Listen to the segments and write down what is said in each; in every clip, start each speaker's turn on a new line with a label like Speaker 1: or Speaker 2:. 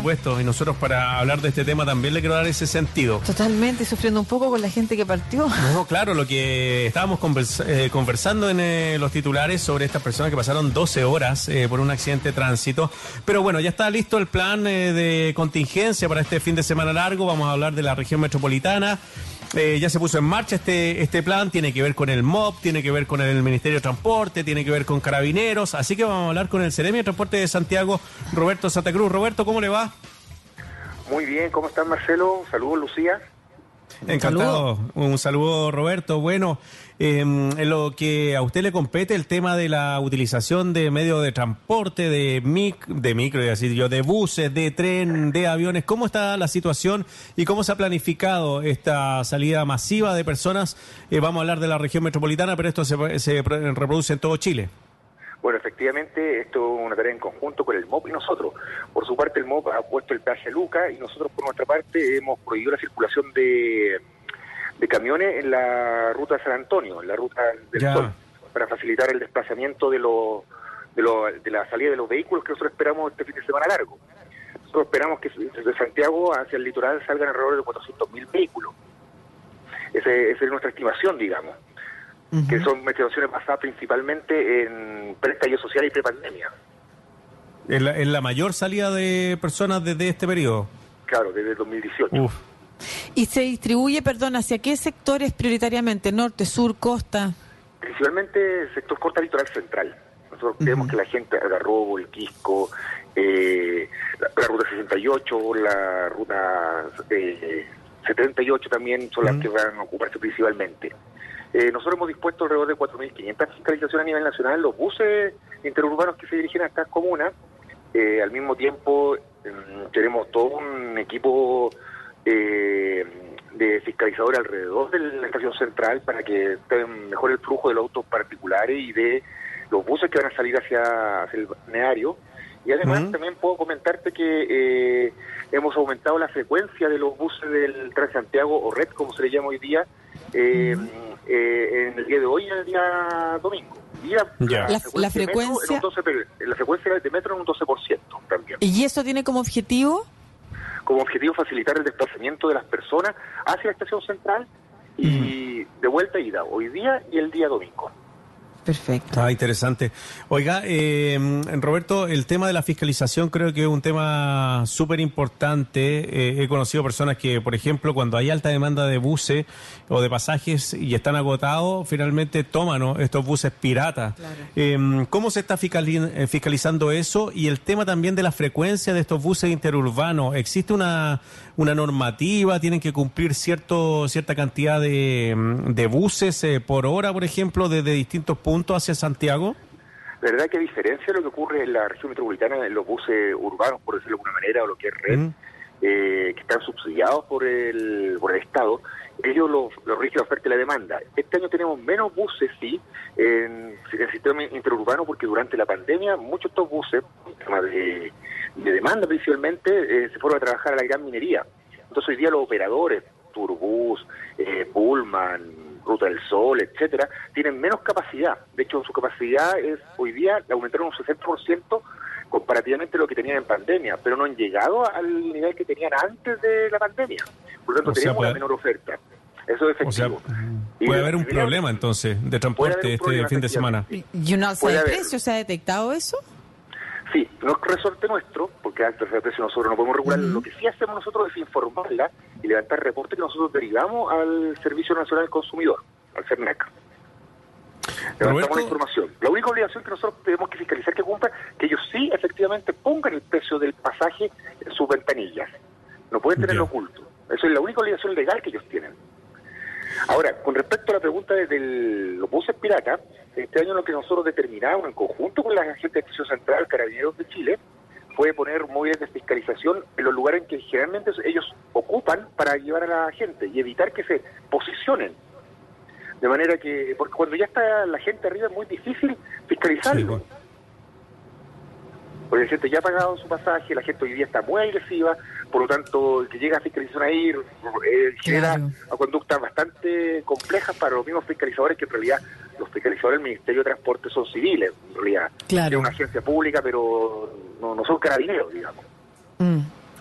Speaker 1: supuesto, y nosotros para hablar de este tema también le quiero dar ese sentido.
Speaker 2: Totalmente, sufriendo un poco con la gente que partió.
Speaker 1: No, claro, lo que estábamos conversando en los titulares sobre estas personas que pasaron 12 horas por un accidente de tránsito. Pero bueno, ya está listo el plan de contingencia para este fin de semana largo. Vamos a hablar de la región metropolitana. Ya se puso en marcha este plan, tiene que ver con el MOP, tiene que ver con el Ministerio de Transporte, tiene que ver con Carabineros, así que vamos a hablar con el Seremi de Transporte de Santiago, Roberto Santa Cruz. Roberto, ¿cómo le va?
Speaker 3: Muy bien, ¿cómo estás, Marcelo? Saludos, Lucía.
Speaker 1: Encantado. Un saludo, Roberto. Bueno, en lo que a usted le compete el tema de la utilización de medios de transporte, de micro, de buses, de tren, de aviones, ¿cómo está la situación y cómo se ha planificado esta salida masiva de personas? Vamos a hablar de la región metropolitana, pero esto se reproduce en todo Chile.
Speaker 3: Bueno, efectivamente, esto es una tarea en conjunto con el MOP y nosotros. Por su parte, el MOP ha puesto el peaje Luca y nosotros, por nuestra parte, hemos prohibido la circulación de camiones en la ruta de San Antonio, en la ruta del Sol, para facilitar el desplazamiento de la salida de los vehículos que nosotros esperamos este fin de semana largo. Nosotros esperamos que desde Santiago hacia el litoral salgan alrededor de 400.000 vehículos. Esa es nuestra estimación, digamos. Uh-huh. Que son estimaciones basadas principalmente en preestallido social y prepandemia.
Speaker 1: ¿En la mayor salida de personas desde este periodo?
Speaker 3: Claro, desde el 2018.
Speaker 2: Uf. ¿Y se distribuye, hacia qué sectores prioritariamente? ¿Norte, sur, costa?
Speaker 3: Principalmente el sector costa litoral central. Nosotros creemos que la gente, Algarrobo, el Quisco, la ruta 68, la ruta 78 también son las que van a ocuparse principalmente. Nosotros hemos dispuesto alrededor de 4.500 fiscalizaciones a nivel nacional, los buses interurbanos que se dirigen a estas comunas. Al mismo tiempo tenemos todo un equipo de fiscalizadores alrededor de la estación central para que mejore el flujo de los autos particulares y de los buses que van a salir hacia el balneario. Y además también puedo comentarte que hemos aumentado la frecuencia de los buses del Transantiago o Red, como se le llama hoy día, en el día de hoy y en el día domingo.
Speaker 2: La frecuencia
Speaker 3: de metro en un 12% también.
Speaker 2: ¿Y eso tiene como objetivo?
Speaker 3: Como objetivo facilitar el desplazamiento de las personas hacia la estación central y de vuelta y ida, hoy día y el día domingo.
Speaker 2: Perfecto.
Speaker 1: Interesante. Oiga, Roberto, el tema de la fiscalización creo que es un tema súper importante. He conocido personas que, por ejemplo, cuando hay alta demanda de buses o de pasajes y están agotados, finalmente toman, ¿no?, estos buses piratas. Claro. ¿Cómo se está fiscalizando eso? Y el tema también de la frecuencia de estos buses interurbanos. ¿Existe una normativa? ¿Tienen que cumplir cierta cantidad de buses por hora, por ejemplo, desde distintos puntos hacia Santiago?
Speaker 3: La verdad que a diferencia de lo que ocurre en la región metropolitana, en los buses urbanos, por decirlo de alguna manera, o lo que es red, que están subsidiados por el Estado, ellos los rige la oferta y la demanda. Este año tenemos menos buses, sí, en el sistema interurbano, porque durante la pandemia muchos de estos buses, tema de demanda principalmente, se fueron a trabajar a la gran minería. Entonces hoy día los operadores, Turbus, Pullman, Ruta del Sol, etcétera, tienen menos capacidad. De hecho, su capacidad es hoy día aumentaron un 60% comparativamente a lo que tenían en pandemia, pero no han llegado al nivel que tenían antes de la pandemia. Por lo tanto, tenemos una menor oferta. Eso es efectivo.
Speaker 1: Puede haber un problema, entonces, de transporte este fin de semana.
Speaker 2: ¿Y un alza de precio? ¿Se ha detectado eso?
Speaker 3: Sí, no es resorte nuestro, porque antes de precio nosotros no podemos regular. Lo que sí hacemos nosotros es informarla y levantar reportes que nosotros derivamos al Servicio Nacional del Consumidor, al CERNAC. Levantamos la información. La única obligación que nosotros tenemos que fiscalizar que cumplan, que ellos sí efectivamente pongan el precio del pasaje en sus ventanillas. No pueden tenerlo oculto. Eso es la única obligación legal que ellos tienen. Ahora, con respecto a la pregunta de los buses piratas, este año lo que nosotros determinamos en conjunto con la Agencia de Estación Central, Carabineros de Chile, fue poner móviles de fiscalización en los lugares en que generalmente ellos ocupan para llevar a la gente y evitar que se posicionen. De manera que, porque cuando ya está la gente arriba es muy difícil fiscalizarlo. Sí, porque la gente ya ha pagado su pasaje, la gente hoy día está muy agresiva, por lo tanto, el que llega a fiscalización ahí genera conductas bastante complejas para los mismos fiscalizadores, que en realidad los fiscalizadores del Ministerio de Transporte son civiles, en realidad. Es una agencia pública, pero no son carabineros, digamos.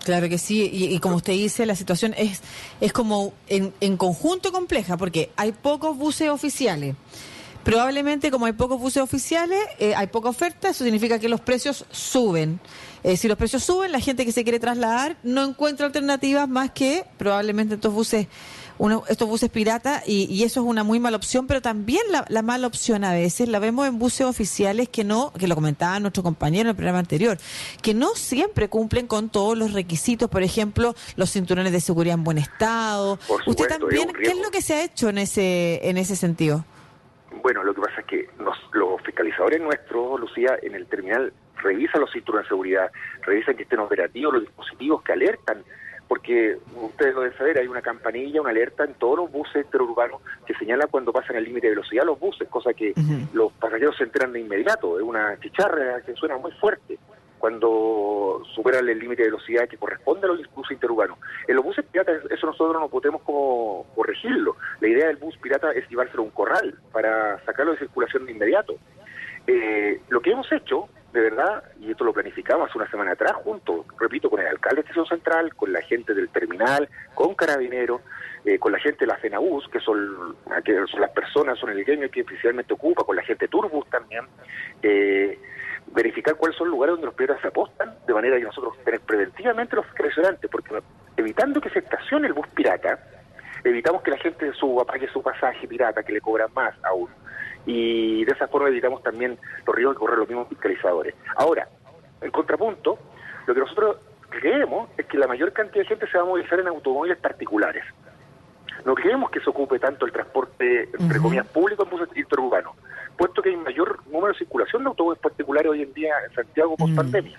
Speaker 2: Claro que sí, y como usted dice, la situación es como en conjunto compleja, porque hay pocos buses oficiales. Probablemente, como hay pocos buses oficiales, hay poca oferta, eso significa que los precios suben. Si los precios suben, la gente que se quiere trasladar no encuentra alternativas más que probablemente estos buses piratas, y eso es una muy mala opción, pero también la mala opción a veces la vemos en buses oficiales que lo comentaba nuestro compañero en el programa anterior, que no siempre cumplen con todos los requisitos, por ejemplo, los cinturones de seguridad en buen estado.
Speaker 3: Por supuesto,
Speaker 2: usted también, ¿qué es lo que se ha hecho en ese sentido?
Speaker 3: Bueno, lo que pasa es que los fiscalizadores nuestros, Lucía, en el terminal revisan los cinturones de seguridad, revisan que estén operativos los dispositivos que alertan, porque ustedes lo deben saber, hay una campanilla, una alerta en todos los buses interurbanos que señala cuando pasan el límite de velocidad los buses, cosa que los pasajeros se enteran de inmediato. Es una chicharra que suena muy fuerte cuando superan el límite de velocidad que corresponde a los buses interurbanos. En los buses piratas eso nosotros no podemos como corregirlo. La idea del bus pirata es llevárselo a un corral para sacarlo de circulación de inmediato. Lo que hemos hecho, de verdad, y esto lo planificamos hace una semana atrás, junto, repito, con el alcalde de Estación Central, con la gente del terminal, con Carabineros, con la gente de la FENABUS, que son las personas, son el gremio que oficialmente ocupa, con la gente de Turbus también, verificar cuáles son los lugares donde los piratas se apostan, de manera que nosotros tener preventivamente los fiscalizantes, porque evitando que se estacione el bus pirata, evitamos que la gente pague su pasaje pirata, que le cobran más aún. Y de esa forma evitamos también los riesgos que corren los mismos fiscalizadores. Ahora, en contrapunto, lo que nosotros creemos es que la mayor cantidad de gente se va a movilizar en automóviles particulares. No creemos que se ocupe tanto el transporte, entre comillas, público en buses interurbanos, puesto que hay mayor número de circulación de automóviles particulares hoy en día en Santiago post pandemia.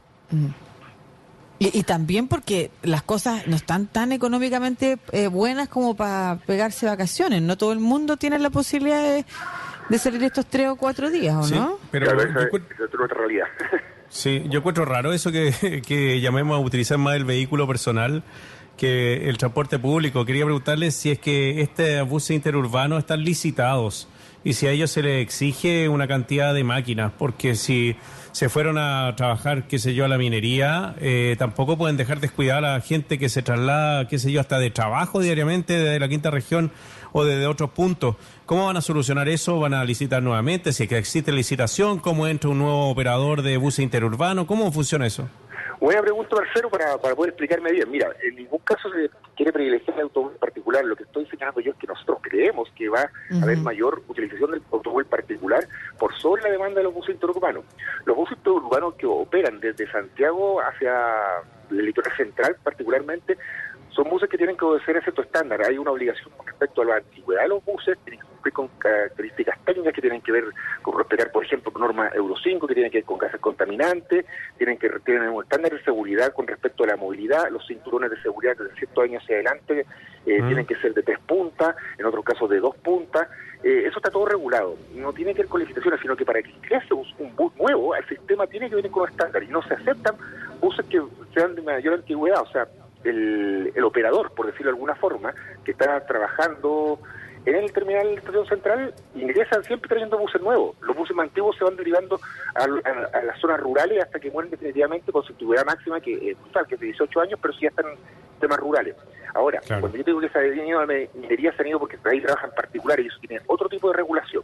Speaker 2: Y también porque las cosas no están tan económicamente buenas como para pegarse vacaciones. No todo el mundo tiene la posibilidad de salir estos 3 o 4 días, ¿o no?
Speaker 1: Sí, pero
Speaker 3: claro, esa es otra realidad.
Speaker 1: Sí, yo encuentro raro eso que llamemos a utilizar más el vehículo personal que el transporte público. Quería preguntarles si es que estos buses interurbanos están licitados y si a ellos se les exige una cantidad de máquinas, porque si se fueron a trabajar, qué sé yo, a la minería, tampoco pueden dejar descuidada a la gente que se traslada, qué sé yo, hasta de trabajo diariamente desde la quinta región o desde otros puntos. ¿Cómo van a solucionar eso? ¿Van a licitar nuevamente? Si es que existe licitación, ¿cómo entra un nuevo operador de buses interurbanos? ¿Cómo funciona eso?
Speaker 3: Buena pregunta, Marcelo, para poder explicarme bien. Mira, en ningún caso se quiere privilegiar el automóvil particular. Lo que estoy señalando yo es que nosotros creemos que va a haber mayor utilización del automóvil particular por sobre la demanda de los buses interurbanos. Los buses interurbanos que operan desde Santiago hacia el litoral central particularmente son buses que tienen que obedecer a cierto estándar. Hay una obligación con respecto a la antigüedad de los buses, tienen que cumplir con características técnicas que tienen que ver con respetar, por ejemplo, norma Euro 5, que tienen que ver con gases contaminantes, tienen un estándar de seguridad con respecto a la movilidad, los cinturones de seguridad desde ciertos años hacia adelante tienen que ser de 3 puntas, en otros casos de 2 puntas. Eso está todo regulado. No tiene que ver con licitaciones, sino que para que ingrese un bus nuevo, el sistema tiene que venir con un estándar y no se aceptan buses que sean de mayor antigüedad. O sea, el operador, por decirlo de alguna forma, que está trabajando en el terminal de Estación Central, ingresan siempre trayendo buses nuevos. Los buses más antiguos se van derivando a las zonas rurales hasta que mueren definitivamente con su antigüedad máxima, que es de 18 años, pero sí ya están en temas rurales. Ahora, claro, cuando yo digo que se han ido a la minería, se han ido porque ahí trabajan particulares y ellos tienen otro tipo de regulación.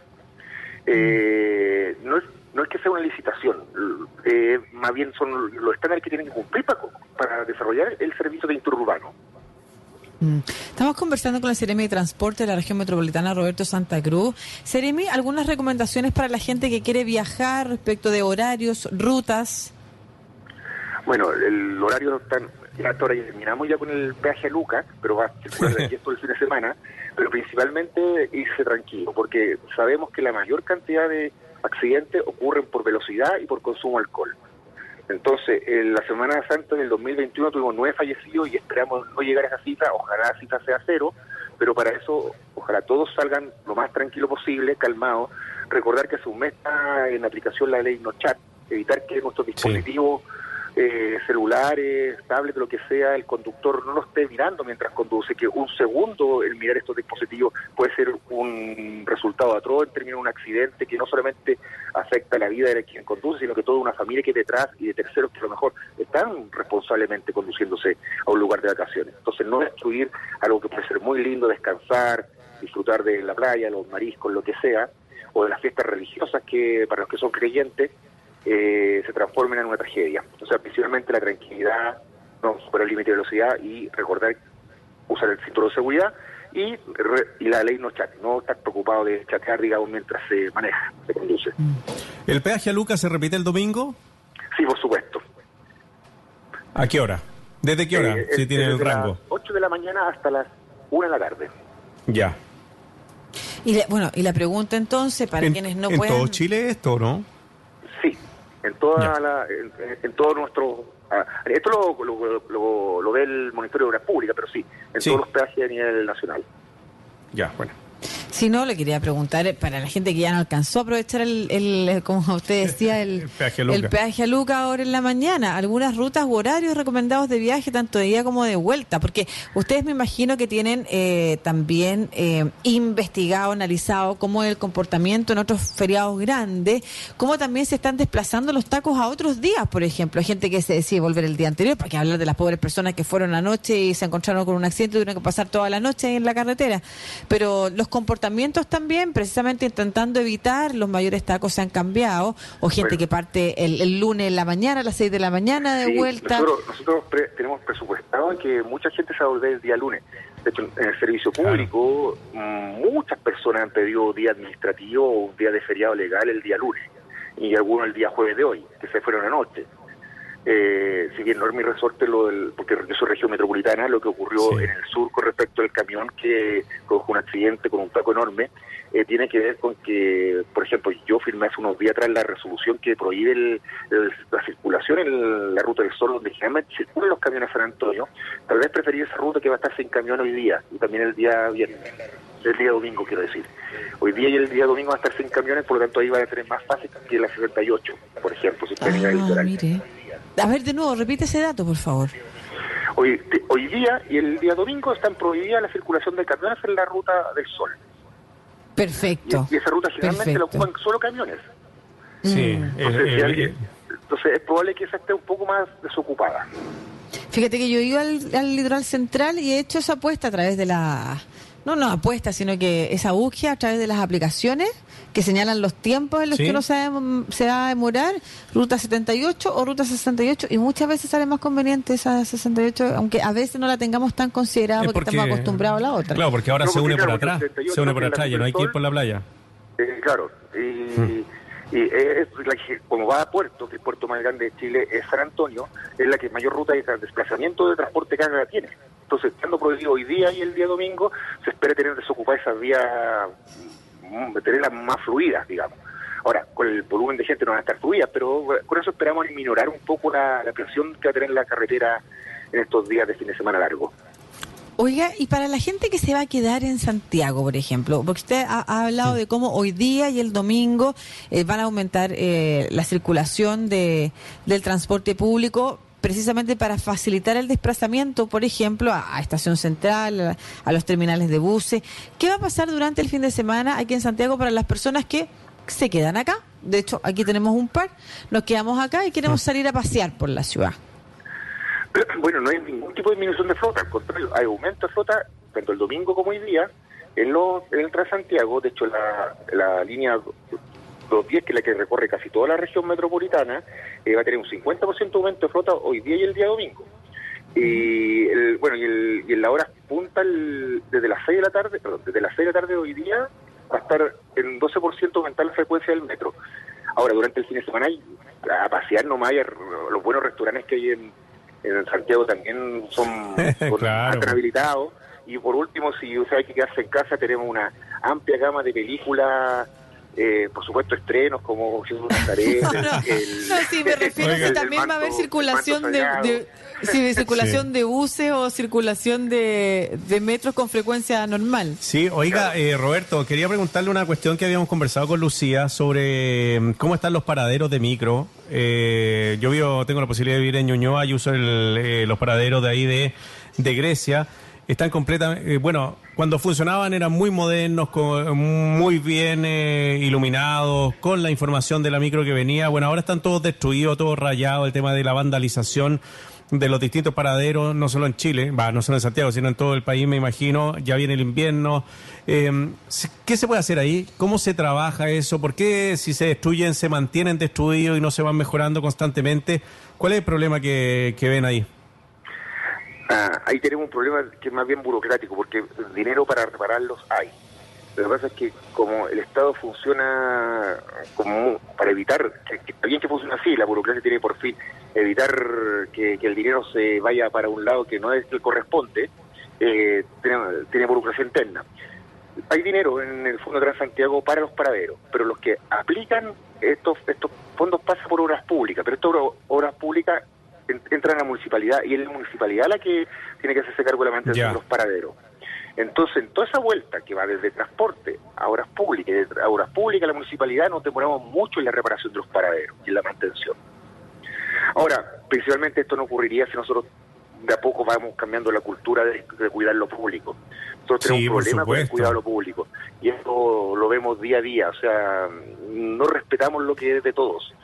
Speaker 3: No es que sea una licitación, más bien son los estándares que tienen que cumplir para desarrollar el servicio de interurbano.
Speaker 2: Estamos conversando con la Seremi de Transporte de la Región Metropolitana, Roberto Santa Cruz. Seremi, ¿algunas recomendaciones para la gente que quiere viajar respecto de horarios, rutas?
Speaker 3: Bueno, el horario hasta ahora ya terminamos ya con el peaje a Luca, pero va a circular de aquí todo el fin de semana, pero principalmente irse tranquilo, porque sabemos que la mayor cantidad de accidentes ocurren por velocidad y por consumo de alcohol. Entonces, en la Semana Santa del 2021 tuvimos 9 fallecidos y esperamos no llegar a esa cifra, ojalá la cifra sea 0, pero para eso, ojalá todos salgan lo más tranquilo posible, calmados. Recordar que hace un mes está en aplicación la ley NoChat, evitar que nuestros dispositivos celulares, tablets, lo que sea, el conductor no lo esté mirando mientras conduce, que un segundo el mirar estos dispositivos puede ser un resultado atroz en términos de un accidente que no solamente afecta la vida de quien conduce, sino que toda una familia que es detrás y de terceros que a lo mejor están responsablemente conduciéndose a un lugar de vacaciones. Entonces no destruir algo que puede ser muy lindo, descansar, disfrutar de la playa, los mariscos, lo que sea, o de las fiestas religiosas que para los que son creyentes, se transformen en una tragedia. O sea, principalmente la tranquilidad, no superar el límite de velocidad y recordar usar el cinturón de seguridad y la ley no estar preocupado de chatear, digamos, mientras se maneja, se conduce.
Speaker 1: ¿El peaje a Luca se repite el domingo?
Speaker 3: Sí, por supuesto.
Speaker 1: ¿A qué hora? ¿Desde qué hora? Si tiene el rango.
Speaker 3: Las 8 de la mañana hasta las 1 de la tarde.
Speaker 1: Ya.
Speaker 2: Y la pregunta entonces, para quienes no puedan...
Speaker 1: En todo Chile esto, ¿no?
Speaker 3: Sí, en todo nuestro... esto lo ve el Ministerio de Obras Públicas, pero sí, en todos los peajes a nivel nacional.
Speaker 1: Ya, bueno.
Speaker 2: Si no, le quería preguntar, para la gente que ya no alcanzó a aprovechar como usted decía, el peaje a Luca ahora en la mañana, algunas rutas u horarios recomendados de viaje, tanto de ida como de vuelta, porque ustedes me imagino que tienen también investigado, analizado cómo es el comportamiento en otros feriados grandes, cómo también se están desplazando los tacos a otros días, por ejemplo. Hay gente que se decide volver el día anterior, porque hablar de las pobres personas que fueron anoche y se encontraron con un accidente y tuvieron que pasar toda la noche ahí en la carretera, pero los comportamientos también, precisamente intentando evitar los mayores tacos, se han cambiado, o gente que parte el lunes en la mañana, a las 6 de la mañana de vuelta.
Speaker 3: Nosotros tenemos presupuestado que mucha gente se va a volver el día lunes. De hecho, en el servicio público, muchas personas han pedido día administrativo o un día de feriado legal el día lunes, y algunos el día jueves de hoy, que se fueron anoche. Si bien no es mi resorte porque yo soy región metropolitana, lo que ocurrió en el sur con respecto al camión que produjo un accidente con un taco enorme, tiene que ver con que, por ejemplo, yo firmé hace unos días atrás la resolución que prohíbe la circulación en la Ruta del Sol, donde generalmente circulan los camiones a San Antonio. Tal vez preferí esa ruta que va a estar sin camión hoy día, y también el día viernes, el día domingo, quiero decir. Hoy día y el día domingo va a estar sin camiones, por lo tanto ahí va a tener más fácil que la 68, por ejemplo, si usted el litoral.
Speaker 2: Mire. A ver, de nuevo, repite ese dato, por favor.
Speaker 3: Hoy día y el día domingo están prohibidas la circulación de camiones en la Ruta del Sol.
Speaker 2: Perfecto.
Speaker 3: Y esa ruta generalmente la ocupan solo camiones.
Speaker 1: Sí.
Speaker 3: Entonces es probable que esa esté un poco más desocupada.
Speaker 2: Fíjate que yo iba al litoral central y he hecho esa apuesta a través de no apuesta, sino que esa búsqueda a través de las aplicaciones que señalan los tiempos en los que uno se va a demorar, ruta 78 o ruta 68, y muchas veces sale más conveniente esa 68, aunque a veces no la tengamos tan considerada porque estamos acostumbrados a la otra.
Speaker 1: Claro, porque ahora se une por atrás, ya no hay que ir por la playa.
Speaker 3: Claro, como va a Puerto, que el puerto más grande de Chile es San Antonio, es la que mayor ruta de desplazamiento de transporte de carga tiene. Entonces, estando prohibido hoy día y el día domingo, se espera tener desocupadas esas vías, tenerlas más fluidas, digamos. Ahora, con el volumen de gente no van a estar fluidas, pero con eso esperamos minorar un poco la presión que va a tener la carretera en estos días de fin de semana largo.
Speaker 2: Oiga, y para la gente que se va a quedar en Santiago, por ejemplo, porque usted ha hablado de cómo hoy día y el domingo van a aumentar la circulación del transporte público, precisamente para facilitar el desplazamiento, por ejemplo, a Estación Central, a los terminales de buses. ¿Qué va a pasar durante el fin de semana aquí en Santiago para las personas que se quedan acá? De hecho, aquí tenemos un par, nos quedamos acá y queremos salir a pasear por la ciudad.
Speaker 3: Bueno, no hay ningún tipo de disminución de flota, al contrario, hay aumento de flota tanto el domingo como hoy día en el Transantiago. De hecho, la línea 210, que es la que recorre casi toda la región metropolitana, va a tener un 50% de aumento de flota hoy día y el día domingo. Y en la hora punta, desde las 6 de la tarde de hoy día va a estar en 12% aumentar la frecuencia del metro. Ahora, durante el fin de semana, a pasear nomás, los buenos restaurantes que hay en Santiago también son
Speaker 1: claro,
Speaker 3: habilitados. Y por último, si usted hay que quedarse en casa, tenemos una amplia gama de películas por supuesto, estrenos como Jesús Nazaret.
Speaker 2: Sí, me refiero a que también va a haber circulación circulación de buses o circulación de metros con frecuencia normal.
Speaker 1: Sí, oiga, Roberto, quería preguntarle una cuestión que habíamos conversado con Lucía sobre cómo están los paraderos de micro. Tengo la posibilidad de vivir en Ñuñoa y uso los paraderos de ahí de Grecia. Están completamente, cuando funcionaban eran muy modernos, muy bien iluminados, con la información de la micro que venía. Bueno, ahora están todos destruidos, todos rayados, el tema de la vandalización de los distintos paraderos, no solo en Chile, no solo en Santiago, sino en todo el país, me imagino. Ya viene el invierno. ¿Qué se puede hacer ahí? ¿Cómo se trabaja eso? ¿Por qué si se destruyen se mantienen destruidos y no se van mejorando constantemente? ¿Cuál es el problema que ven ahí?
Speaker 3: Ahí tenemos un problema que es más bien burocrático, porque dinero para repararlos hay. Lo que pasa es que como el Estado funciona como para evitar, que está bien que funcione así, la burocracia tiene por fin evitar que el dinero se vaya para un lado que no es el que corresponde, tiene burocracia interna. Hay dinero en el Fondo Transantiago para los paraderos, pero los que aplican estos fondos pasan por obras públicas, pero estas obras públicas entran a la municipalidad y es la municipalidad la que tiene que hacerse cargo de la mantención de los paraderos. Entonces, en toda esa vuelta que va desde transporte a obras públicas, y de obras públicas a la municipalidad, nos demoramos mucho en la reparación de los paraderos y en la mantención. Ahora, principalmente esto no ocurriría si nosotros de a poco vamos cambiando la cultura de cuidar lo público. Nosotros tenemos un problema con el cuidado de lo público y esto lo vemos día a día, o sea, no respetamos lo que es de todos.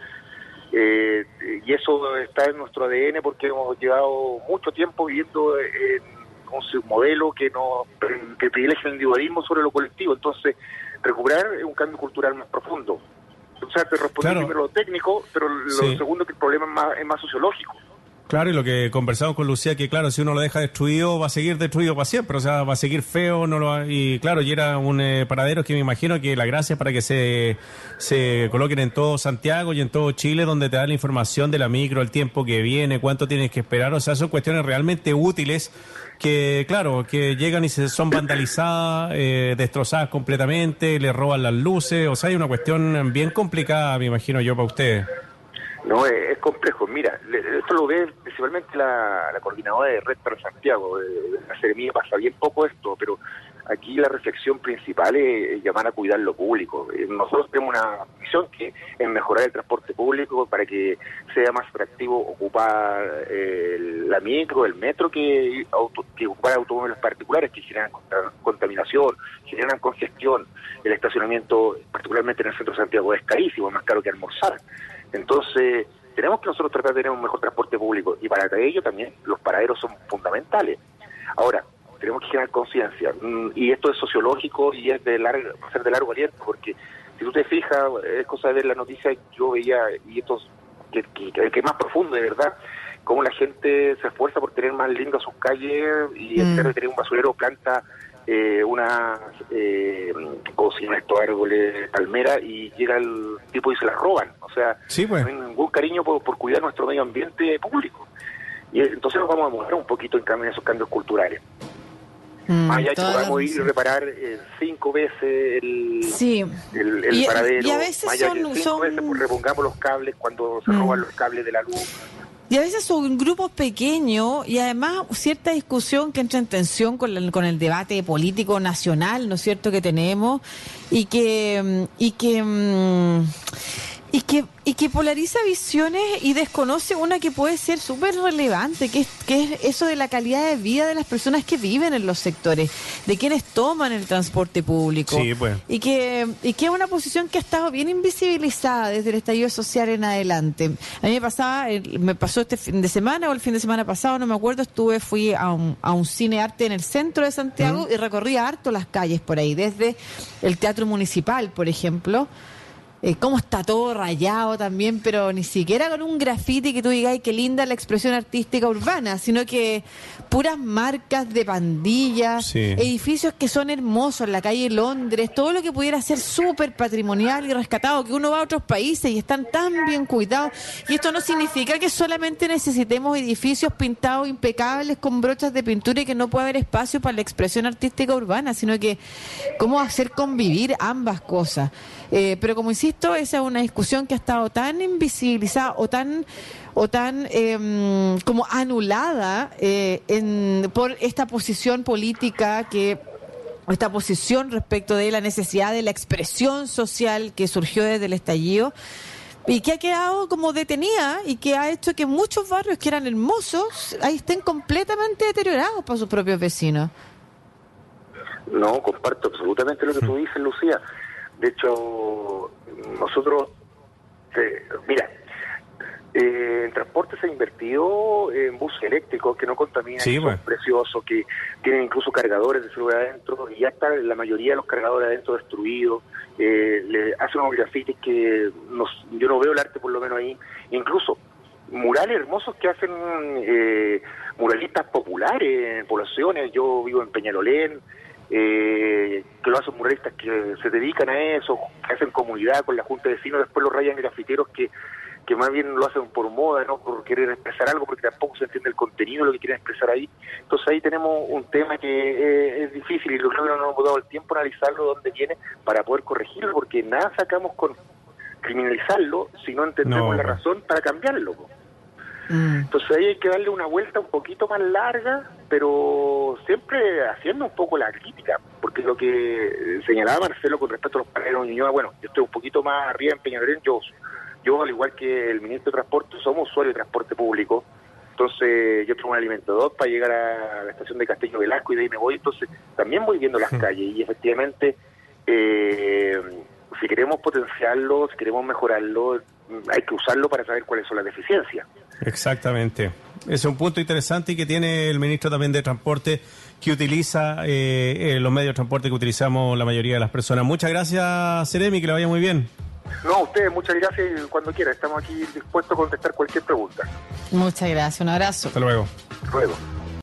Speaker 3: Y eso está en nuestro ADN porque hemos llevado mucho tiempo viviendo en un modelo que privilegia el individualismo sobre lo colectivo. Entonces, recuperar es un cambio cultural más profundo. O sea, te respondí primero lo técnico, pero lo segundo que el problema es más sociológico.
Speaker 1: Claro, y lo que conversamos con Lucía, que claro, si uno lo deja destruido, va a seguir destruido para siempre, o sea, va a seguir feo, y claro, y era un paradero que me imagino que la gracia es para que se coloquen en todo Santiago y en todo Chile, donde te da la información de la micro, el tiempo que viene, cuánto tienes que esperar, o sea, son cuestiones realmente útiles que, claro, que llegan y se son vandalizadas, destrozadas completamente, le roban las luces, o sea, hay una cuestión bien complicada, me imagino yo, para ustedes.
Speaker 3: No, es complejo. Mira, esto lo ve principalmente la coordinadora de Red para Santiago. La Seremía pasa bien poco esto, pero aquí la reflexión principal es llamar a cuidar lo público. Nosotros tenemos una visión que es mejorar el transporte público para que sea más atractivo ocupar la micro, el metro, que ocupar automóviles particulares que generan contaminación, generan congestión. El estacionamiento, particularmente en el centro de Santiago, es carísimo, es más caro que almorzar. Entonces, tenemos que nosotros tratar de tener un mejor transporte público y para ello también los paraderos son fundamentales. Ahora, tenemos que generar conciencia y esto es sociológico y es va a ser de largo aliento, porque si tú te fijas, es cosa de ver la noticia, yo veía, y esto que es más profundo de verdad, cómo la gente se esfuerza por tener más lindas sus calles y en vez de tener un basurero planta como si estos árboles palmera y llega el tipo y se las roban. O sea, no hay ningún cariño por cuidar nuestro medio ambiente público. Y entonces nos vamos a demorar un poquito en esos cambios culturales. Más allá que podamos ir y reparar 5 veces el paradero,
Speaker 2: y a veces
Speaker 3: más allá que 5 veces pues, repongamos los cables cuando se roban los cables de la luz.
Speaker 2: Y a veces son grupos pequeños y además cierta discusión que entra en tensión con el debate político nacional, ¿no es cierto?, que tenemos y que polariza visiones y desconoce una que puede ser súper relevante, que es eso de la calidad de vida de las personas que viven en los sectores, de quienes toman el transporte público.
Speaker 1: Sí, pues.
Speaker 2: Y que es una posición que ha estado bien invisibilizada desde el estallido social en adelante. A mí me pasó este fin de semana o el fin de semana pasado, no me acuerdo, fui a un cine arte en el centro de Santiago y recorrí harto las calles por ahí, desde el Teatro Municipal, por ejemplo, cómo está todo rayado también, pero ni siquiera con un graffiti que tú digas, ay, qué linda la expresión artística urbana, sino que puras marcas de pandillas,
Speaker 1: Sí.
Speaker 2: edificios que son hermosos en la calle Londres, todo lo que pudiera ser súper patrimonial y rescatado, que uno va a otros países y están tan bien cuidados. Y esto no significa que solamente necesitemos edificios pintados impecables con brochas de pintura y que no pueda haber espacio para la expresión artística urbana, sino que cómo hacer convivir ambas cosas. Pero como insisto, esa es una discusión que ha estado tan invisibilizada o tan como anulada por esta posición política esta posición respecto de la necesidad de la expresión social que surgió desde el estallido y que ha quedado como detenida y que ha hecho que muchos barrios que eran hermosos ahí estén completamente deteriorados por sus propios vecinos.
Speaker 3: No, comparto absolutamente lo que tú dices, Lucía. De hecho, nosotros, mira, en transporte se ha invertido en buses eléctricos que no contaminan,
Speaker 1: Sí,
Speaker 3: que son preciosos, que tienen incluso cargadores de celular adentro, y ya está la mayoría de los cargadores adentro destruidos. Le hacen unos grafitis que yo no veo el arte por lo menos ahí. Incluso murales hermosos que hacen muralistas populares en poblaciones. Yo vivo en Peñalolén, que lo hacen muralistas que se dedican a eso, que hacen comunidad con la junta de vecinos, después lo rayan grafiteros que más bien lo hacen por moda, no por querer expresar algo, porque tampoco se entiende el contenido de lo que quieren expresar ahí. Entonces ahí tenemos un tema que es difícil y creo que no nos hemos dado el tiempo a analizarlo de dónde viene para poder corregirlo, porque nada sacamos con criminalizarlo si no entendemos la razón para cambiarlo. Entonces ahí hay que darle una vuelta un poquito más larga, pero siempre haciendo un poco la crítica, porque lo que señalaba Marcelo con respecto a los paneles de Ñuñoa, bueno, yo estoy un poquito más arriba en Peñalolén, yo al igual que el ministro de Transporte somos usuarios de transporte público, entonces yo tengo un alimentador para llegar a la estación de Castillo Velasco y de ahí me voy, entonces también voy viendo las calles y efectivamente si queremos potenciarlo, si queremos mejorarlo, hay que usarlo para saber cuáles son las deficiencias.
Speaker 1: Exactamente. Ese es un punto interesante y que tiene el ministro también de Transporte, que utiliza los medios de transporte que utilizamos la mayoría de las personas. Muchas gracias, Seremi, que le vaya muy bien.
Speaker 3: No, a ustedes, muchas gracias y cuando quiera, estamos aquí dispuestos a contestar cualquier pregunta.
Speaker 2: Muchas gracias, un abrazo.
Speaker 1: Hasta luego.
Speaker 3: Luego.